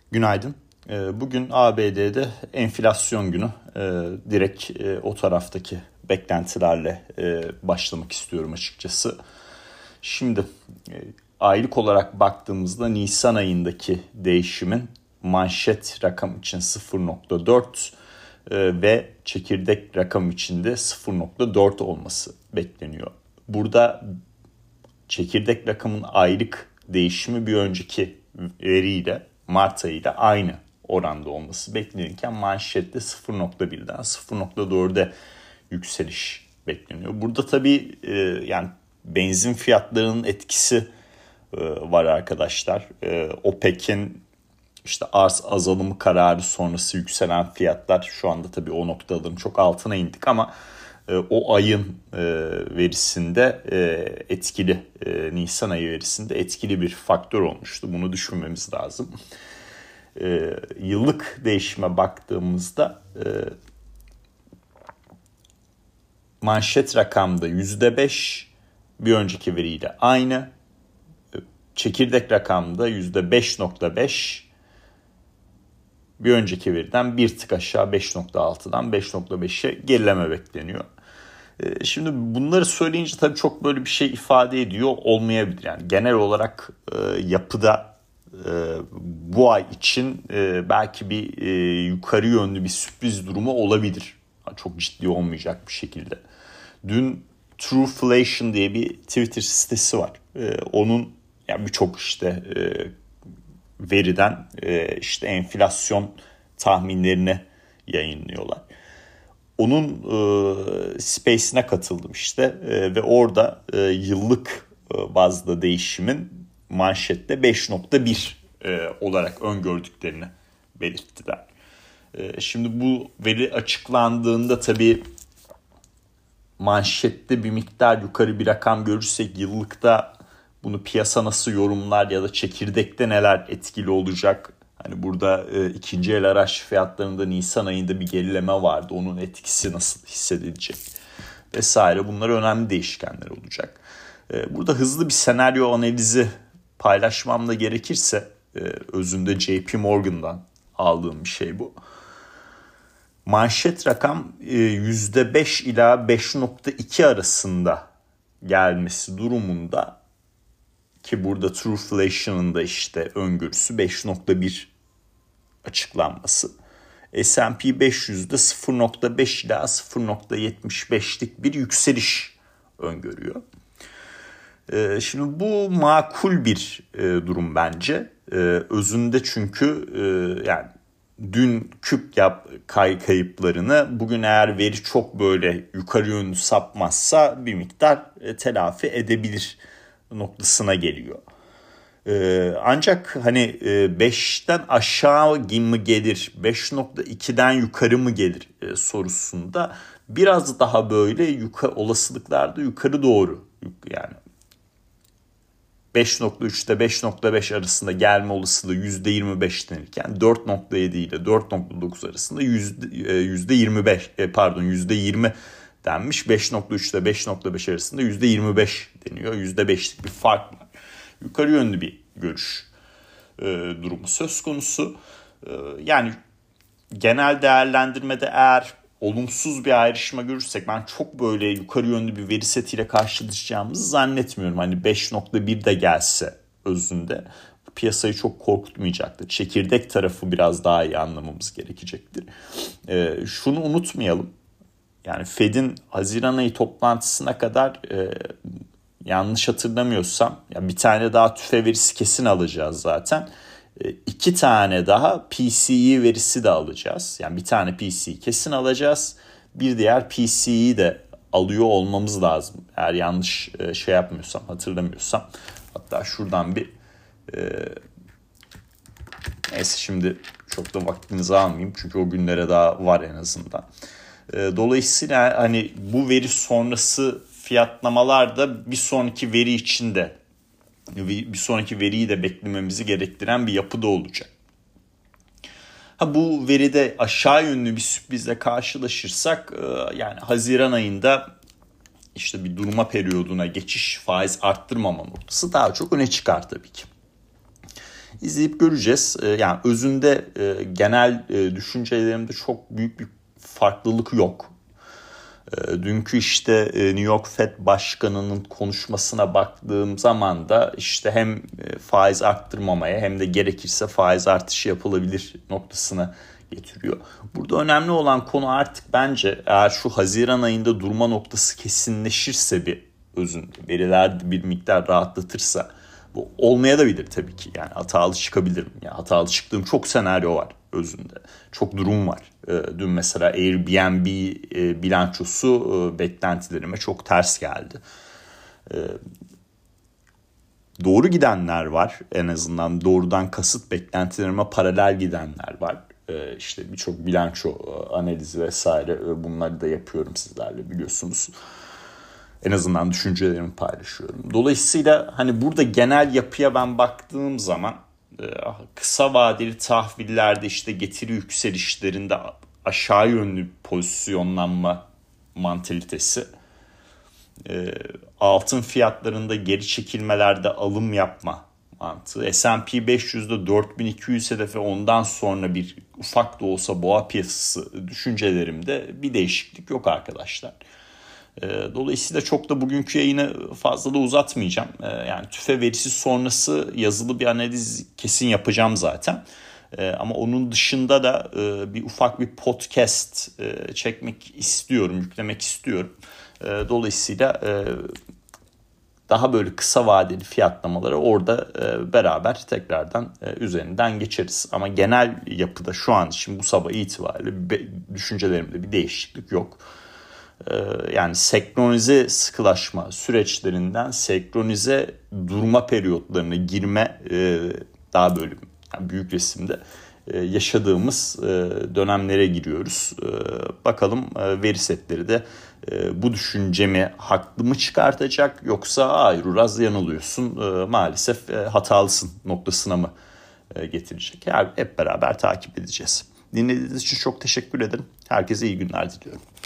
Günaydın. Bugün ABD'de enflasyon günü. Direkt o taraftaki beklentilerle başlamak istiyorum açıkçası. Şimdi aylık olarak baktığımızda Nisan ayındaki değişimin manşet rakam için 0,4 ve çekirdek rakam için de 0,4 olması bekleniyor. Burada çekirdek rakamın aylık değişimi bir önceki veriyle Mart ayıyla aynı oranda olması beklenirken manşette 0,1'den 0,4'e yükseliş bekleniyor. Burada tabii yani benzin fiyatlarının etkisi var arkadaşlar. OPEC'in işte arz azalımı kararı sonrası yükselen fiyatlar şu anda tabii o noktaların çok altına indik ama o ayın verisinde etkili, Nisan ayı verisinde etkili bir faktör olmuştu. Bunu düşünmemiz lazım. Yıllık değişime baktığımızda manşet rakamda %5, bir önceki veriyle aynı. Çekirdek rakamda %5,5, bir önceki veriden bir tık aşağı 5,6'dan 5,5'e gerileme bekleniyor. Şimdi bunları söyleyince tabii çok böyle bir şey ifade ediyor olmayabilir. Yani genel olarak yapıda bu ay için belki bir yukarı yönlü bir sürpriz durumu olabilir. Çok ciddi olmayacak bir şekilde. Dün Trueflation diye bir Twitter sitesi var. Onun yani birçok işte veriden işte enflasyon tahminlerini yayınlıyorlar. Onun space'ine katıldım işte ve orada yıllık bazda değişimin manşette 5,1 olarak öngördüklerini belirttiler. Şimdi bu veri açıklandığında tabii manşette bir miktar yukarı bir rakam görürsek yıllıkta bunu piyasa nasıl yorumlar ya da çekirdekte neler etkili olacak? Hani burada ikinci el araç fiyatlarında Nisan ayında bir gerileme vardı. Onun etkisi nasıl hissedilecek vesaire. Bunlar önemli değişkenler olacak. Burada hızlı bir senaryo analizi paylaşmam da gerekirse özünde JP Morgan'dan aldığım bir şey bu. Manşet rakam %5 ila 5,2 arasında gelmesi durumunda ki burada Trueflation'ın da işte öngörüsü 5,1 açıklanması. S&P 500'de 0,5 ila 0,75'lik bir yükseliş öngörüyor. Şimdi bu makul bir durum bence. Özünde çünkü yani dün kayıplarını bugün eğer veri çok böyle yukarı yönlü sapmazsa bir miktar telafi edebilir noktasına geliyor. Ancak hani 5'ten aşağı mı gelir, 5,2'den yukarı mı gelir sorusunda biraz daha böyle olasılıklarda yukarı doğru yani 5,3'te 5,5 arasında gelme olasılığı %25 denirken 4,7 ile 4,9 arasında %20 denmiş. 5,3'te 5,5 arasında %25 deniyor. %5'lik bir fark var. Yukarı yönlü bir görüş durumu söz konusu. Yani genel değerlendirmede eğer olumsuz bir ayrışma görürsek ben çok böyle yukarı yönlü bir veri setiyle karşılaşacağımızı zannetmiyorum. Hani 5,1 de gelse özünde piyasayı çok korkutmayacaktır. Çekirdek tarafı biraz daha iyi anlamamız gerekecektir. Şunu unutmayalım. Yani Fed'in Haziran ayı toplantısına kadar yanlış hatırlamıyorsam ya bir tane daha tüfe verisi kesin alacağız zaten. 2 tane daha PCE verisi de alacağız. Yani bir tane PCE kesin alacağız. Bir diğer PCE'yi de alıyor olmamız lazım. Eğer yanlış hatırlamıyorsam. Hatta şuradan bir neyse şimdi çok da vaktinizi almayayım. Çünkü o günlere daha var en azından. Dolayısıyla hani bu veri sonrası fiyatlamalar da bir sonraki veri içinde bir sonraki veriyi de beklememizi gerektiren bir yapıda olacak. Bu veride aşağı yönlü bir sürprizle karşılaşırsak yani Haziran ayında işte bir durma periyoduna geçiş, faiz arttırmama noktası daha çok öne çıkar tabii ki. İzleyip göreceğiz. Yani özünde genel düşüncelerimde çok büyük bir farklılık yok. Dünkü işte New York Fed Başkanı'nın konuşmasına baktığım zaman da işte hem faiz arttırmamaya hem de gerekirse faiz artışı yapılabilir noktasına getiriyor. Burada önemli olan konu artık bence eğer şu Haziran ayında durma noktası kesinleşirse özünde veriler bir miktar rahatlatırsa, bu olmaya da bilir tabii ki. Yani hatalı çıkabilirim. Yani hatalı çıktığım çok senaryo var özünde. Çok durum var. Dün mesela Airbnb bilançosu beklentilerime çok ters geldi. Doğru gidenler var. En azından doğrudan kasıt beklentilerime paralel gidenler var. İşte birçok bilanço analizi vesaire bunları da yapıyorum sizlerle, biliyorsunuz. En azından düşüncelerimi paylaşıyorum. Dolayısıyla hani burada genel yapıya ben baktığım zaman kısa vadeli tahvillerde işte getiri yükselişlerinde aşağı yönlü pozisyonlanma mantalitesi, altın fiyatlarında geri çekilmelerde alım yapma mantığı, S&P 500'de 4200 hedefe ondan sonra bir ufak da olsa boğa piyasası düşüncelerimde bir değişiklik yok arkadaşlar. Dolayısıyla çok da bugünkü yayını fazla da uzatmayacağım. Yani tüfe verisi sonrası yazılı bir analiz kesin yapacağım zaten. Ama onun dışında da bir ufak bir podcast çekmek istiyorum, yüklemek istiyorum. Dolayısıyla daha böyle kısa vadeli fiyatlamaları orada beraber tekrardan üzerinden geçeriz. Ama genel yapıda şu an için bu sabah itibariyle düşüncelerimde bir değişiklik yok. Yani senkronize sıkılaşma süreçlerinden senkronize durma periyotlarına girme, daha böyle yani büyük resimde yaşadığımız dönemlere giriyoruz. Bakalım veri setleri de bu düşüncemi haklı mı çıkartacak, yoksa hayır Uraz yanılıyorsun maalesef hatalısın noktasına mı getirecek? Yani hep beraber takip edeceğiz. Dinlediğiniz için çok teşekkür ederim. Herkese iyi günler diliyorum.